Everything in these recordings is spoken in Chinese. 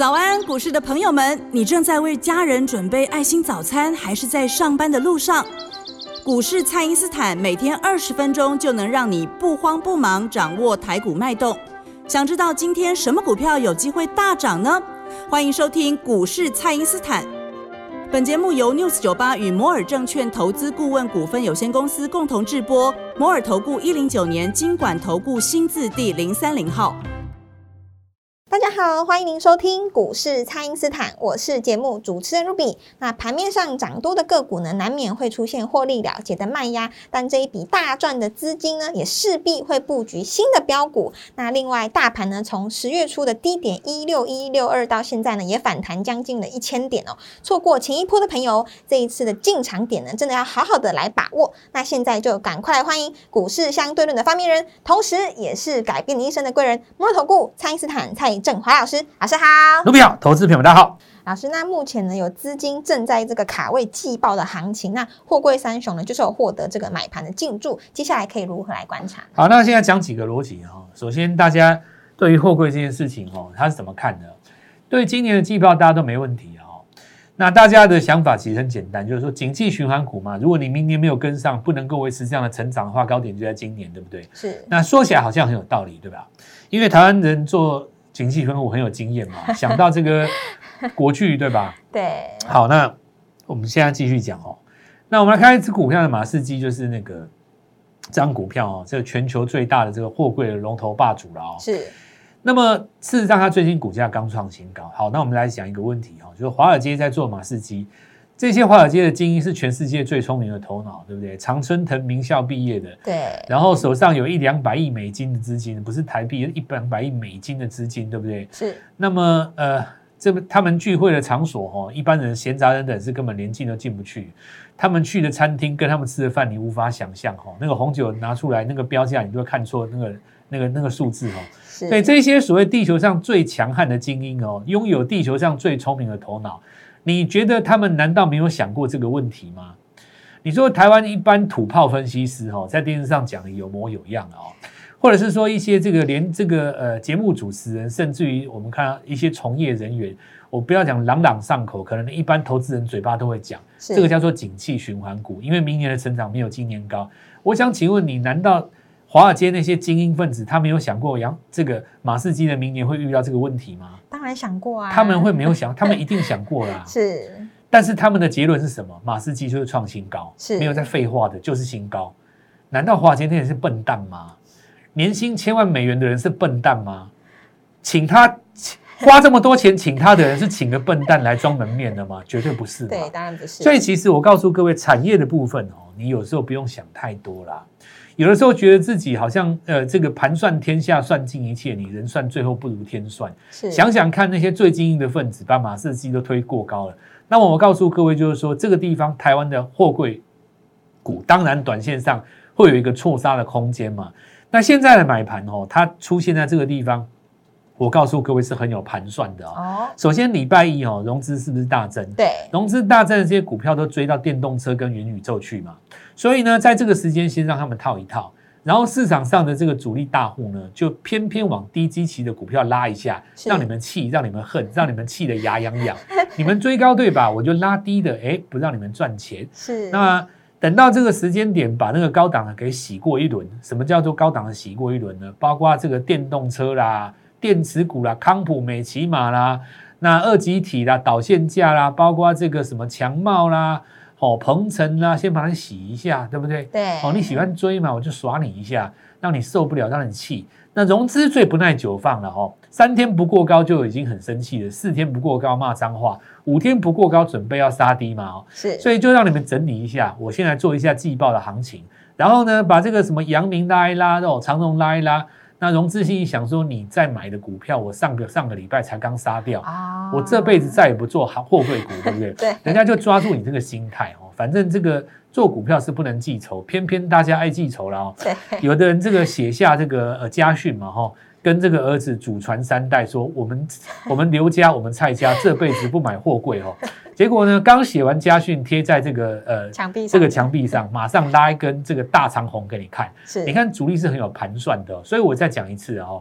早安，股市的朋友们，你正在为家人准备爱心早餐，还是在上班的路上？股市蔡因斯坦每天20分钟就能让你不慌不忙掌握台股脉动。想知道今天什么股票有机会大涨呢？欢迎收听股市蔡因斯坦。本节目由 News98 与摩尔证券投资顾问股份有限公司共同制播，摩尔投顾109年金管投顾新字第030号。 大家好，欢迎您收听股市蔡因斯坦，我是节目主持人 Ruby。那盘面上涨多的个股呢，难免会出现获利了结的卖压，但这一笔大赚的资金呢，也势必会布局新的标股。那另外，大盘呢，从10月初的低点16162到现在呢，也反弹将近了1000点哦。错过前一波的朋友，这一次的进场点呢，真的要好好的来把握。那现在就赶快来欢迎股市相对论的发明人，同时也是改变你一生的贵人——摩尔投顾蔡因斯坦蔡正华老师，老师好。 卢比好，投资朋友们大家好。 老师，那目前呢有资金正在这个卡位季报的行情，那货柜三雄呢就是有获得这个买盘的进驻，接下来可以如何来观察？ 好，那现在讲几个逻辑哈。首先，大家对于货柜这件事情他是怎么看的？对今年的季报大家都没问题哈。那大家的想法其实很简单，就是说景气循环股嘛，如果你明年没有跟上，不能够维持这样的成长的话，高点就在今年，对不对？是。那说起来好像很有道理，对吧？因为台湾人做景气循环股很有经验嘛，想到这个国巨对吧？ 对。 好，那我们现在继续讲哦。那我们来看一只股票的马士基，就是那个这张股票哦，这个全球最大的这个货柜的龙头霸主了哦。 是。 那么事实上，它最近股价刚创新高。好，那我们来讲一个问题哦，就是华尔街在做马士基，这些华尔街的精英是全世界最聪明的头脑，对不对？常春藤名校毕业的， 对。然后手上有100-200亿美金的资金，不是台币，100-200亿美金的资金，对不对？ 是。 那么他们聚会的场所一般人闲杂人等是根本连进都进不去。他们去的餐厅跟他们吃的饭，你无法想象那个红酒拿出来，那个标价你都会看错那个数字所以这些所谓地球上最强悍的精英拥有地球上最聪明的头脑。你觉得他们难道没有想过这个问题吗？你说台湾一般土炮分析师在电视上讲的有模有样或者是说一些连这个节目主持人，甚至于我们看到一些从业人员，我不要讲朗朗上口，可能一般投资人嘴巴都会讲，这个叫做景气循环股，因为明年的成长没有今年高。我想请问你，难道华尔街那些精英分子他没有想过这个马士基的明年会遇到这个问题吗？ 当然想过啊， 他们会没有想，他们一定想过啦。 是， 但是他们的结论是什么？马士基就是创新高，没有在废话的，就是新高。难道华尔街那些人是笨蛋吗？年薪1000万美元的人是笨蛋吗？请他花这么多钱请他的人是请个笨蛋来装门面的吗？绝对不是。 对，当然不是。 所以其实我告诉各位，产业的部分你有时候不用想太多啦。有的时候觉得自己好像这个盘算天下，算尽一切，你人算最后不如天算。想想看，那些最精英的分子把马士基都推过高了。那么我告诉各位，就是说这个地方台湾的货柜股，当然短线上会有一个错杀的空间嘛。那现在的买盘它出现在这个地方，我告诉各位是很有盘算的首先礼拜一融资是不是大增？ 对， 融资大增的这些股票都追到电动车跟元宇宙去嘛。所以呢，在这个时间先让他们套一套，然后市场上的这个主力大户呢，就偏偏往低基期的股票拉一下，让你们气，让你们恨，让你们气得牙痒痒。你们追高对吧？我就拉低的，不让你们赚钱。 是。 那等到这个时间点，把那个高档的给洗过一轮。什么叫做高档的洗过一轮呢？包括这个电动车啦、电池股啦、康普、美骑马啦、那二极体啦、导线架啦，包括这个什么强茂啦、鹏程啦，先把它洗一下，对不对？ 对。 你喜欢追嘛，我就耍你一下，让你受不了，让你气。那融资最不耐久放了3天不过高就已经很生气了，4天不过高骂脏话，5天不过高准备要杀低嘛是， 所以就让你们整理一下。我先来做一下季报的行情，然后呢，把这个什么阳明拉一拉，长荣拉一拉。那融资信想说，你在买的股票，我上个礼拜才刚杀掉我这辈子再也不做货柜股，对不对？ 对， 人家就抓住你这个心态反正这个做股票是不能记仇，偏偏大家爱记仇了对， 有的人这个写下这个家训嘛跟这个儿子祖传3代说，我们刘家我们蔡家这辈子不买货柜结果呢，刚写完家训贴在这个墙壁上，马上拉一根这个大长红给你看。你看主力是很有盘算的，所以我再讲一次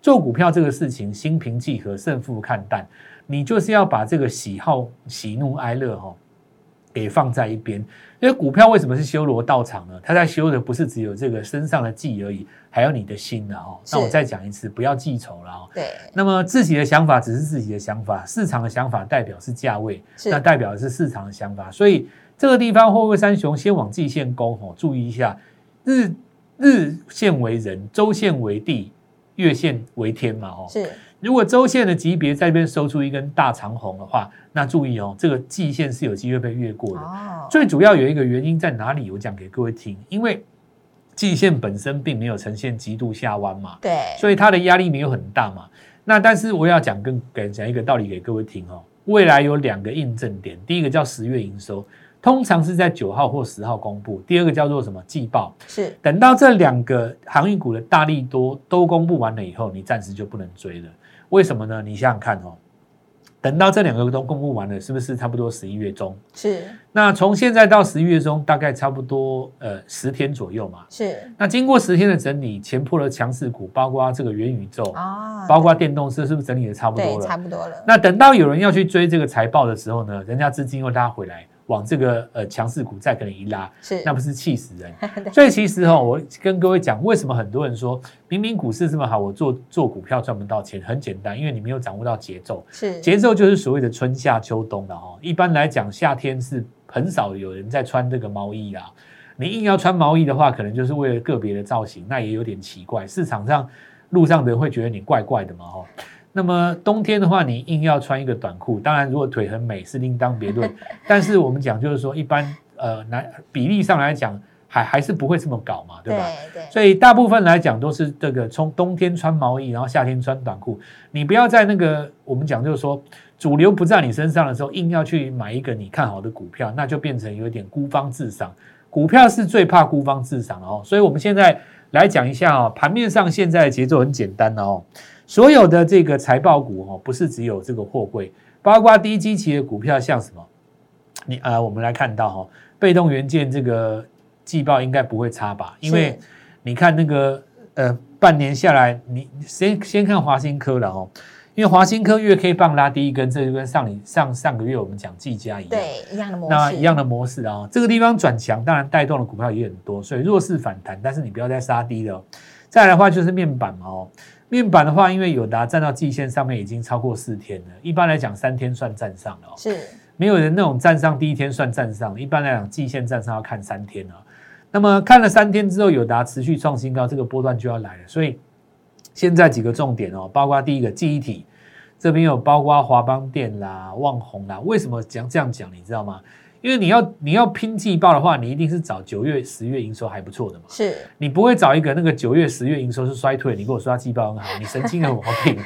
做股票这个事情，心平气和，胜负看淡，你就是要把这个喜好、喜怒哀乐给放在一边。因为股票为什么是修罗道场呢？它在修的不是只有这个身上的技而已，还有你的心啊。那我再讲一次，不要记仇了。 对。 那么自己的想法只是自己的想法，市场的想法代表是价位，那代表的是市场的想法。所以这个地方货柜三雄先往季线攻，注意一下，日线为人，周线为地，月线为天嘛。 是。如果周线的级别在这边收出一根大长红的话，那注意这个季线是有机会被越过的。最主要有一个原因在哪里？我讲给各位听，因为季线本身并没有呈现极度下弯嘛， 对， 所以它的压力没有很大嘛。那但是我要讲一个道理给各位听未来有2个印证点，第一个叫10月营收。通常是在9号或10号公布，第二个叫做什么季报， 是等到这2个航运股的大利多都公布完了以后，你暂时就不能追了。为什么呢？你想想看等到这2个都公布完了，是不是差不多11月中？是。那从现在到11月中，大概差不多10天左右嘛。是。那经过10天的整理，前波的强势股，包括这个元宇宙包括电动车，是不是整理的差不多了？ 对，差不多了。 那等到有人要去追这个财报的时候呢，人家资金又拉回来，往这个强势股再给你一拉，是，那不是气死人？所以其实我跟各位讲，为什么很多人说明明股市这么好，我做股票赚不到钱？很简单，因为你没有掌握到节奏。是，节奏就是所谓的春夏秋冬了一般来讲，夏天是很少有人在穿这个毛衣啦。你硬要穿毛衣的话，可能就是为了个别的造型，那也有点奇怪。市场上路上的人会觉得你怪怪的嘛那么冬天的话，你硬要穿一个短裤，当然如果腿很美是另当别论。但是我们讲就是说，一般比例上来讲，还是不会这么搞嘛，对吧？对。所以大部分来讲都是这个从冬天穿毛衣，然后夏天穿短裤。你不要在那个我们讲就是说主流不在你身上的时候，硬要去买一个你看好的股票，那就变成有点孤芳自赏。股票是最怕孤芳自赏所以我们现在来讲一下盘面上现在的节奏很简单所有的这个财报股不是只有这个货柜，包括低基期的股票，像什么我们来看到被动元件这个季报应该不会差吧？因为你看那个半年下来，你先看华新科了因为华新科月 K 棒拉第一根，这就跟上个月我们讲技嘉一样， 对，一样的模式。 那一样的模式这个地方转强，当然带动的股票也很多，所以弱势反弹，但是你不要再杀低了再来的话就是面板嘛面板的话，因为友达站到季线上面已经超过4天了，一般来讲3天算站上了是没有人那种站上第1天算站上，一般来讲季线站上要看3天那么看了3天之后，友达持续创新高，这个波段就要来了。所以现在几个重点包括第一个记忆体，这边有包括华邦电啦、旺宏啦。为什么这样讲？你知道吗？因为你要拼季报的话，你一定是找9月、10月营收还不错的嘛。是，你不会找一个那个9月、10月营收是衰退，你跟我说它季报很好，你神经很毛病。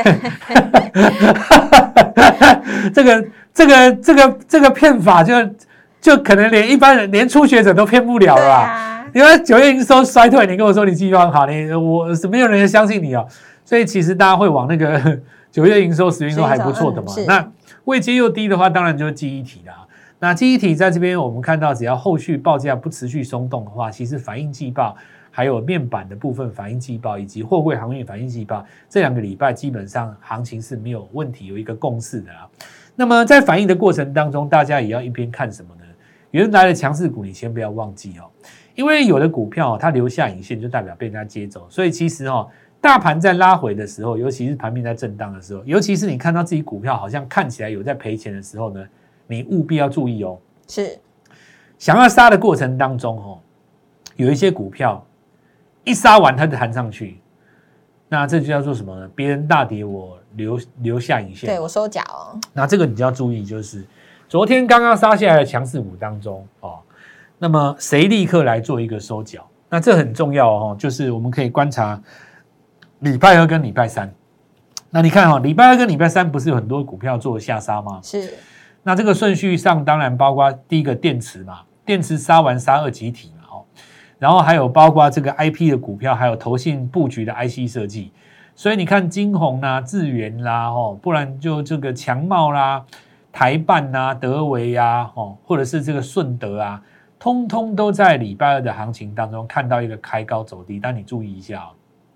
这个骗法就可能连一般人连初学者都骗不了了吧？因为9月营收衰退，你跟我说你季报很好，我是没有人相信你所以其实大家会往那个9月营收、10月营收还不错的嘛。那位阶又低的话，当然就是记忆体啦。那记忆体在这边我们看到，只要后续报价不持续松动的话，其实反映季报，还有面板的部分反映季报，以及货柜航运反映季报，这2个礼拜基本上行情是没有问题，有一个共识的啦。那么在反映的过程当中，大家也要一边看什么呢？原来的强势股你先不要忘记因为有的股票它留下影线就代表被人家接走，所以其实大盘在拉回的时候，尤其是盘面在震荡的时候，尤其是你看到自己股票好像看起来有在赔钱的时候呢，你务必要注意是想要杀的过程当中有一些股票一杀完它就弹上去，那这就叫做什么呢？别人大跌我留下影线， 对，我收脚那这个你就要注意，就是昨天刚刚杀下来的强势股当中那么谁立刻来做一个收脚？那这很重要就是我们可以观察礼拜2跟礼拜3。那你看礼拜2跟礼拜3不是有很多股票做下杀吗？是。那这个顺序上当然包括第一个电池嘛，电池杀完杀2极体嘛然后还有包括这个 IP 的股票，还有投信布局的 IC 设计。所以你看金鸿啦、智原啦不然就这个强茂啦、台半啦、德微啊或者是这个顺德啊，通通都在礼拜2的行情当中看到一个开高走低。但你注意一下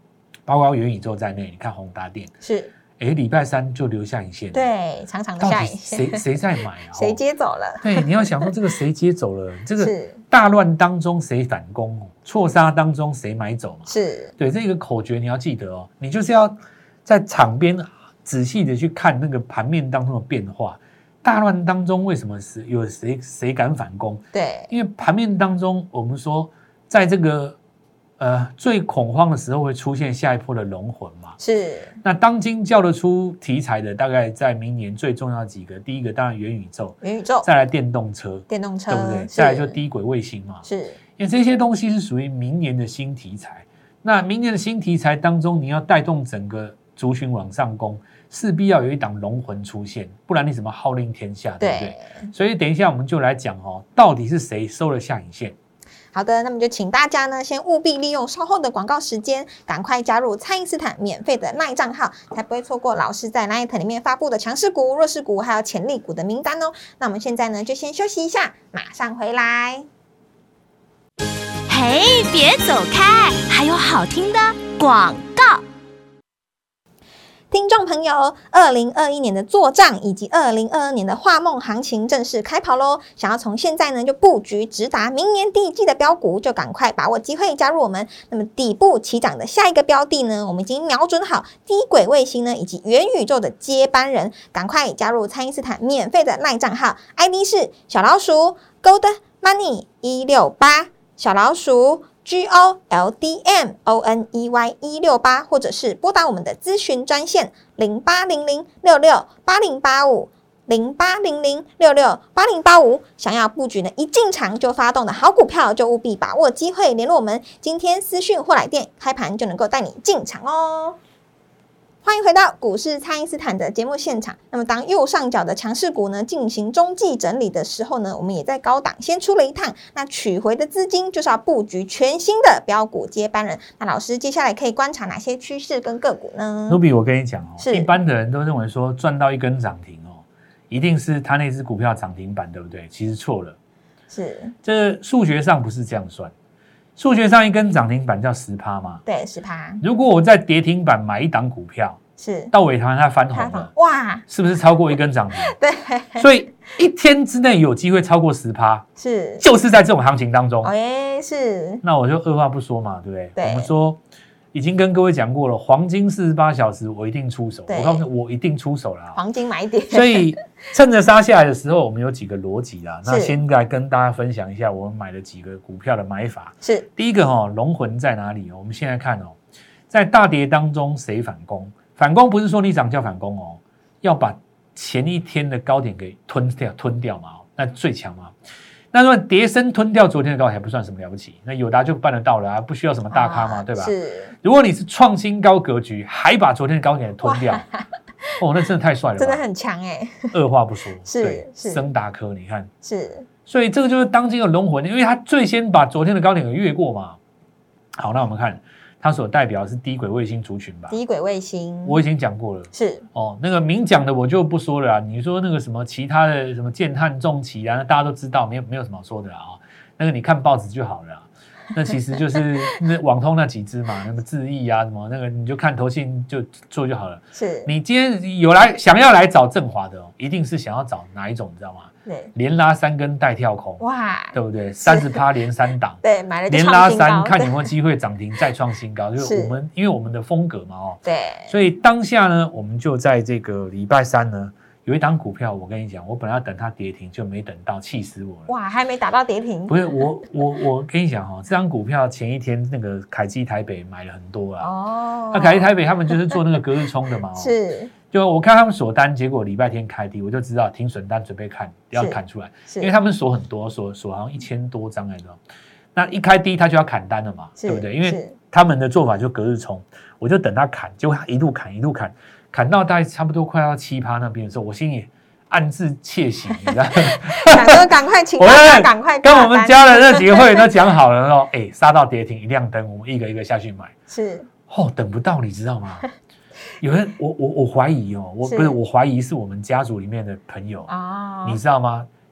包括元宇宙在内，你看宏达电是， 礼拜三就留下影线， 对，长长的下影线， 谁在买啊？ 谁接走了？ 对，你要想说这个谁接走了？这个大乱当中谁反攻？错杀当中谁买走嘛？ 是，对， 这个口诀你要记得哦，你就是要在场边仔细的去看那个盘面当中的变化。大乱当中为什么有谁敢反攻？ 对， 因为盘面当中我们说，在这个最恐慌的时候会出现下一波的龙魂嘛。 是。 那当今叫得出题材的，大概在明年最重要几个，第一个当然元宇宙，再来电动车，对不对？再来就低轨卫星嘛。是。因为这些东西是属于明年的新题材。那明年的新题材当中，你要带动整个族群往上攻，势必要有一档龙魂出现，不然你怎么号令天下，对不对？所以等一下我们就来讲到底是谁收了下影线。 好的，那么就请大家呢，先务必利用稍后的广告时间，赶快加入蔡因斯坦免费的 LINE 账号，才不会错过老师在 LINE 里面发布的强势股、弱势股还有潜力股的名单哦。那我们现在呢，就先休息一下，马上回来。 嘿，别走开，还有好听的广告。 听众朋友，2021年的作账以及2022年的画梦行情正式开跑咯！想要从现在呢就布局直达明年第一季的标股，就赶快把握机会加入我们。那么底部起涨的下一个标的呢，我们已经瞄准好低轨卫星呢以及元宇宙的接班人，赶快加入蔡因斯坦免费的 LINE 账号 ，ID 是小老鼠 Gold Money 168，小老鼠GOLDMONEY168，或者是拨打我们的咨询专线0800668085，0800668085。想要布局呢，一进场就发动的好股票，就务必把握机会，联络我们。今天私讯或来电，开盘就能够带你进场哦。欢迎回到股市蔡因斯坦的节目现场。那么当右上角的强势股呢进行中继整理的时候呢，我们也在高档先出了一趟，那取回的资金就是要布局全新的标股接班人。那老师接下来可以观察哪些趋势跟个股呢？ Ruby，我跟你讲一般的人都认为说赚到一根涨停一定是他那只股票涨停板，对不对？其实错了， 是这数学上不是这样算。数学上一根涨停板叫10%嘛？ 对，10%。 如果我在跌停板买一档股票， 是到尾盘它翻红了， 哇， 是不是超过一根涨停？ 对， 所以一天之内有机会超过10%， 是就是在这种行情当中。 是。 那我就二话不说嘛，对不对？ 对， 我们说已经跟各位讲过了，黄金48小时我一定出手，我告诉你，我一定出手了， 黄金买点。 所以趁着杀下来的时候，我们有几个逻辑啦。那先来跟大家分享一下我们买了几个股票的买法。 是第一个龙魂在哪里？我们现在看在大跌当中谁反攻？反攻不是说你涨叫反攻要把前一天的高点给吞掉嘛，那最强嘛。那如果跌升吞掉昨天的高点还不算什么了不起，那友达就办得到了啊，不需要什么大咖嘛，对吧？ 是。如果你是创新高格局，还把昨天的高点吞掉，那真的太帅了， 真的很强二话不说， 是升达科，你看是。 所以这个就是当今的龙魂，因为他最先把昨天的高点给越过嘛。好，那我们看。它所代表的是低轨卫星族群吧？低轨卫星， 我已经讲过了。 是那个明讲的我就不说了啦。你说那个什么其他的什么建汉、重骑啊，大家都知道，没有什么好说的啦那个你看报纸就好了啦。那其实就是那网通那几只嘛，那么智毅啊什么那个，你就看投信就做就好了。 是你今天想要来找正华的一定是想要找哪一种，你知道吗？ 对， 连拉3根带跳空， 哇， 对不对？30%连3档， 对，买了连拉3，看有没有机会涨停再创新高。就是因为我们的风格嘛， 对， 所以当下呢，我们就在这个礼拜3呢，有一档股票，我跟你讲，我本来要等它跌停，就没等到，气死我了。 哇，还没打到跌停。 不是我跟你讲这张股票前一天那个凯基台北买了很多啊。那凯基台北他们就是做那个隔日冲的嘛。 是。 就我看他们锁单，结果礼拜天开低，我就知道停损单准备要砍出来，因为他们锁很多，锁好像1000多张来着。那一开低他就要砍单了嘛，对不对？因为他们的做法就隔日冲，我就等他砍，结果他一路砍到大概差不多快要7%那边的时候，我心里暗自窃喜，你知道吗？ 想说赶快请大家赶快跟我们家的那几个会员都讲好了说，杀到跌停一亮灯，我们一个一个下去买。 是等不到，你知道吗？有人我怀疑我怀疑是我们家族里面的朋友你知道吗？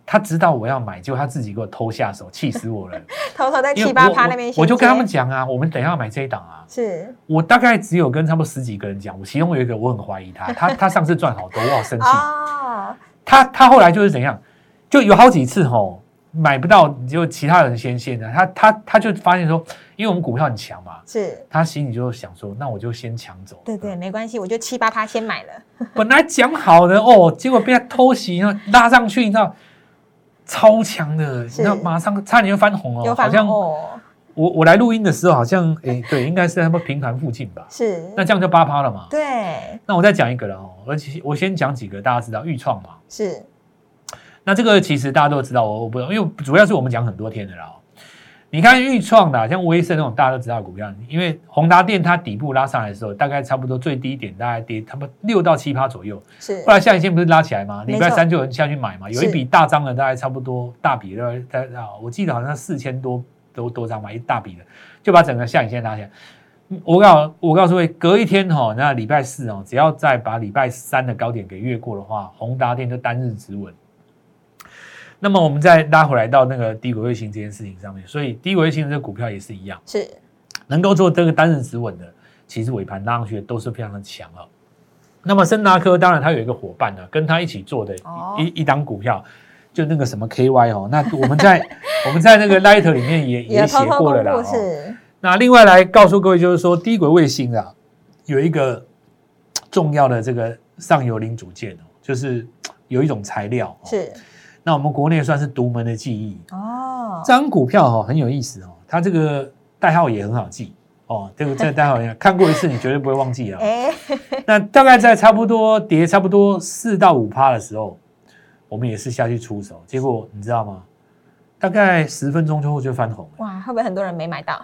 他知道我要买，结果他自己给我偷下手，气死我了。 偷偷在因为 7-8%那边我就跟他们讲啊，我们等一下要买这一档啊。 是我大概只有跟差不多10几个人讲，我其中有一个我很怀疑他上次赚好多，我好生气。 哦， 他后来就是怎样，就有好几次买不到，就其他人先的，他就发现说，因为我们股票很强嘛， 是他心里就想说，那我就先抢走。 对对，没关系，我就7-8%先买了。 本来讲好的结果被他偷袭，拉上去，你知道，超强的，那马上差点就翻红了，好像我来录音的时候，好像对，应该是在他们平盘附近吧。 是， 那这样就8%了嘛。 对， 那我再讲一个了我先讲几个大家知道，裕创嘛。 是。 那这个其实大家都知道，我不因为主要是我们讲很多天的啦。你看裕创的，像威盛那种大家都知道的股票，因为宏达电它底部拉上来的时候，大概差不多最低点大概跌差不多6到7%左右。 是。 后来下影线不是拉起来吗？礼拜3就有人下去买嘛，有一笔大张的，大概差不多大笔的，我记得好像4000多张嘛，一大笔的，就把整个下影线拉起来。我告诉各位，隔一天那礼拜4只要再把礼拜3的高点给越过的话，宏达电就单日止稳。那么我们再拉回来到那个低轨卫星这件事情上面，所以低轨卫星这个股票也是一样， 是能够做这个单日止稳的，其实尾盘拉上去的都是非常的强啊。那么森达科当然它有一个伙伴呢，跟他一起做的一档股票，就那个什么 KY 那我们在那个 Light 里面也写过了啦。那另外来告诉各位，就是说低轨卫星啊，有一个重要的这个上游零组件就是有一种材料是。 那我们国内算是独门的技艺这张股票很有意思它这个代号也很好记这个代号看过一次你绝对不会忘记那大概在差不多跌差不多4到5%的时候，我们也是下去出手，结果你知道吗？大概10分钟之后就翻红了。 哇，会不会很多人没买到？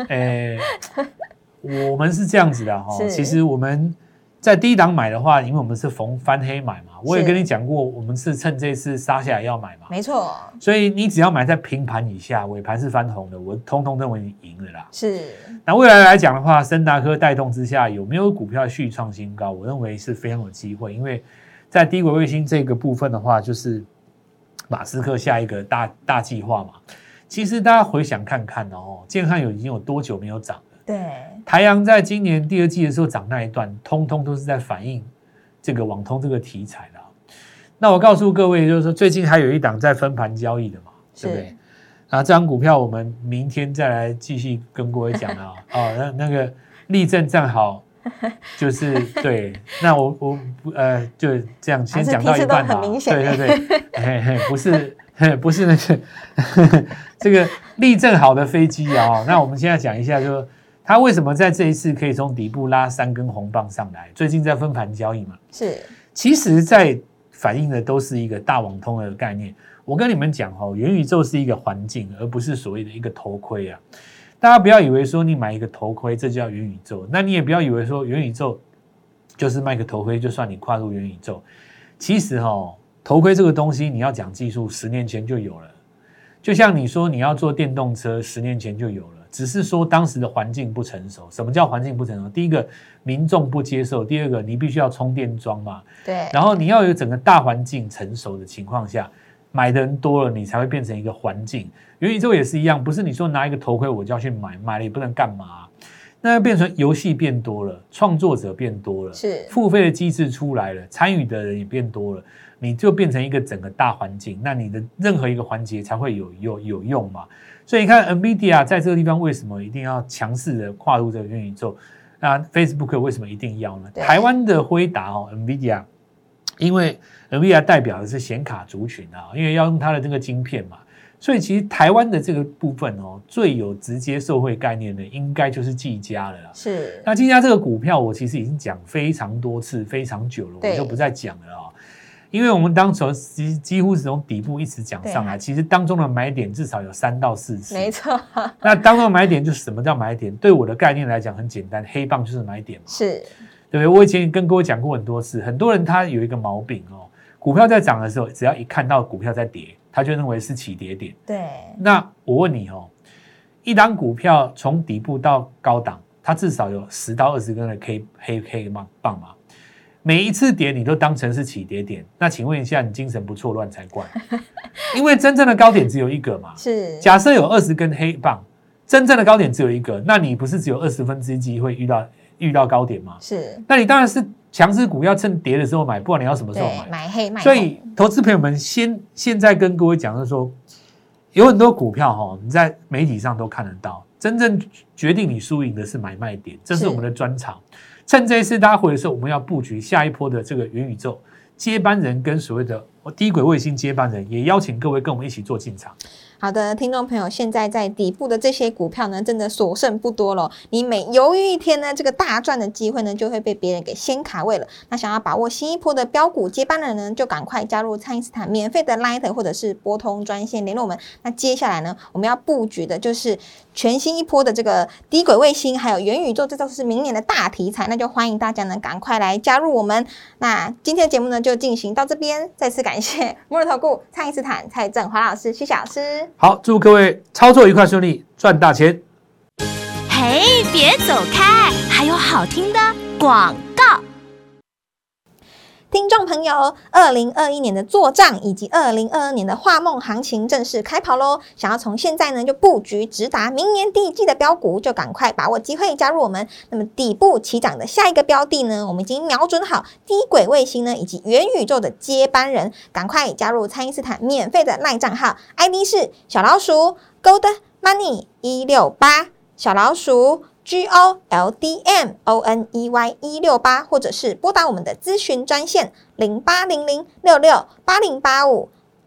我们是这样子的其实我们在低档买的话，因为我们是逢翻黑买嘛，我也跟你讲过，我们是趁这次杀下来要买嘛， 没错。 所以你只要买在平盘以下，尾盘是翻红的，我通通认为你赢了啦。 是。 那未来来讲的话，森达科带动之下，有没有股票续创新高？我认为是非常有机会，因为在低轨卫星这个部分的话，就是马斯克下一个大计划嘛。其实大家回想看看健汉已经有多久没有涨了？ 对， 台阳在今年第2季的时候涨那一段，通通都是在反映这个网通这个题材啦。那我告诉各位，就是说最近还有一档在分盘交易的嘛，对不对？这张股票我们明天再来继续跟各位讲那个立正站好，就是对。那我就这样先讲到一半吧。对，不是那个这个立正好的飞机那我们现在讲一下就是它为什么在这一次可以从底部拉3根红棒上来？最近在分盘交易嘛，是，其实在反映的都是一个大网通的概念。我跟你们讲元宇宙是一个环境，而不是所谓的一个头盔啊。大家不要以为说你买一个头盔这就叫元宇宙，那你也不要以为说元宇宙就是卖个头盔就算你跨入元宇宙。其实头盔这个东西你要讲技术，10年前就有了。就像你说你要做电动车，10年前就有了。只是说当时的环境不成熟。什么叫环境不成熟？第一个，民众不接受；第二个，你必须要充电桩嘛。对。然后你要有整个大环境成熟的情况下，买的人多了，你才会变成一个环境。元宇宙也是一样，不是你说拿一个头盔我就要去买，买了也不能干嘛。那变成游戏变多了，创作者变多了，是付费的机制出来了，参与的人也变多了，你就变成一个整个大环境。那你的任何一个环节才会有用嘛。所以你看 NVIDIA 在这个地方为什么一定要强势的跨入这个元宇宙？那 Facebook 为什么一定要呢？台湾的辉达NVIDIA， 因为 NVIDIA 代表的是显卡族群因为要用它的这个晶片嘛，所以其实台湾的这个部分最有直接受惠概念的应该就是技嘉了啦。是。那技嘉这个股票我其实已经讲非常多次，非常久了，我就不再讲了因为我们当时几乎是从底部一直讲上来，其实当中的买点至少有3到4次。没错。那当中的买点就是什么叫买点？对我的概念来讲很简单，黑棒就是买点嘛。是。对不对？我以前跟各位讲过很多次，很多人他有一个毛病股票在涨的时候，只要一看到股票在跌，他就认为是起跌点。对。那我问你一档股票从底部到高档，它至少有10到20根的黑棒嘛。每一次跌你都当成是起跌点，那请问一下，你精神不错乱才怪。 因为真正的高点只有一个嘛。 是， 假设有20根黑棒，真正的高点只有一个，那你不是只有1/20机会遇到高点吗？ 是， 那你当然是强势股要趁跌的时候买，不然你要什么时候买？ 买黑卖红。 所以投资朋友们现在跟各位讲的说，有很多股票你在媒体上都看得到，真正决定你输赢的是买卖点，这是我们的专长。趁这一次拉回的时候，我们要布局下一波的这个元宇宙接班人跟所谓的低轨卫星接班人，也邀请各位跟我们一起做进场。 好的，听众朋友，现在在底部的这些股票呢，真的所剩不多了。你每犹豫一天呢，这个大赚的机会呢，就会被别人给先卡位了。那想要把握新一波的标股接班人呢，就赶快加入蔡因斯坦免费的 Line 或者是拨通专线联络我们。那接下来呢，我们要布局的就是全新一波的这个低轨卫星，还有元宇宙，这都是明年的大题材。那就欢迎大家呢，赶快来加入我们。那今天的节目呢，就进行到这边。再次感谢摩尔投顾蔡因斯坦蔡正华老师、谢老师。 好，祝各位操作愉快顺利，赚大钱。 嘿，别走开，还有好听的广告。 听众朋友，2021年的作账以及2022年的画梦行情正式开跑咯！想要从现在呢就布局直达明年第一季的标股，就赶快把握机会加入我们。那么底部起涨的下一个标的呢，我们已经瞄准好低轨卫星呢以及元宇宙的接班人，赶快加入蔡因斯坦免费的 LINE 账号 ，ID 是小老鼠 Gold Money 168，小老鼠GOLDMONEY 168，或者是拨打我们的咨询专线0800668085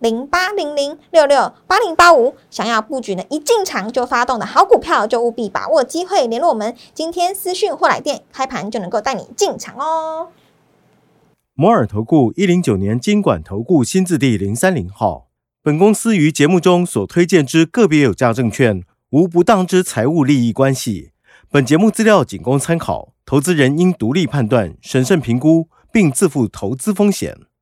0800668085。想要布局呢，一进场就发动的好股票，就务必把握机会联络我们。今天私讯或来电，开盘就能够带你进场哦。 摩尔投顾109年金管投顾新字第030号。本公司于节目中所推荐之个别有价证券，无不当之财务利益关系。本节目资料仅供参考，投资人应独立判断、审慎评估，并自负投资风险。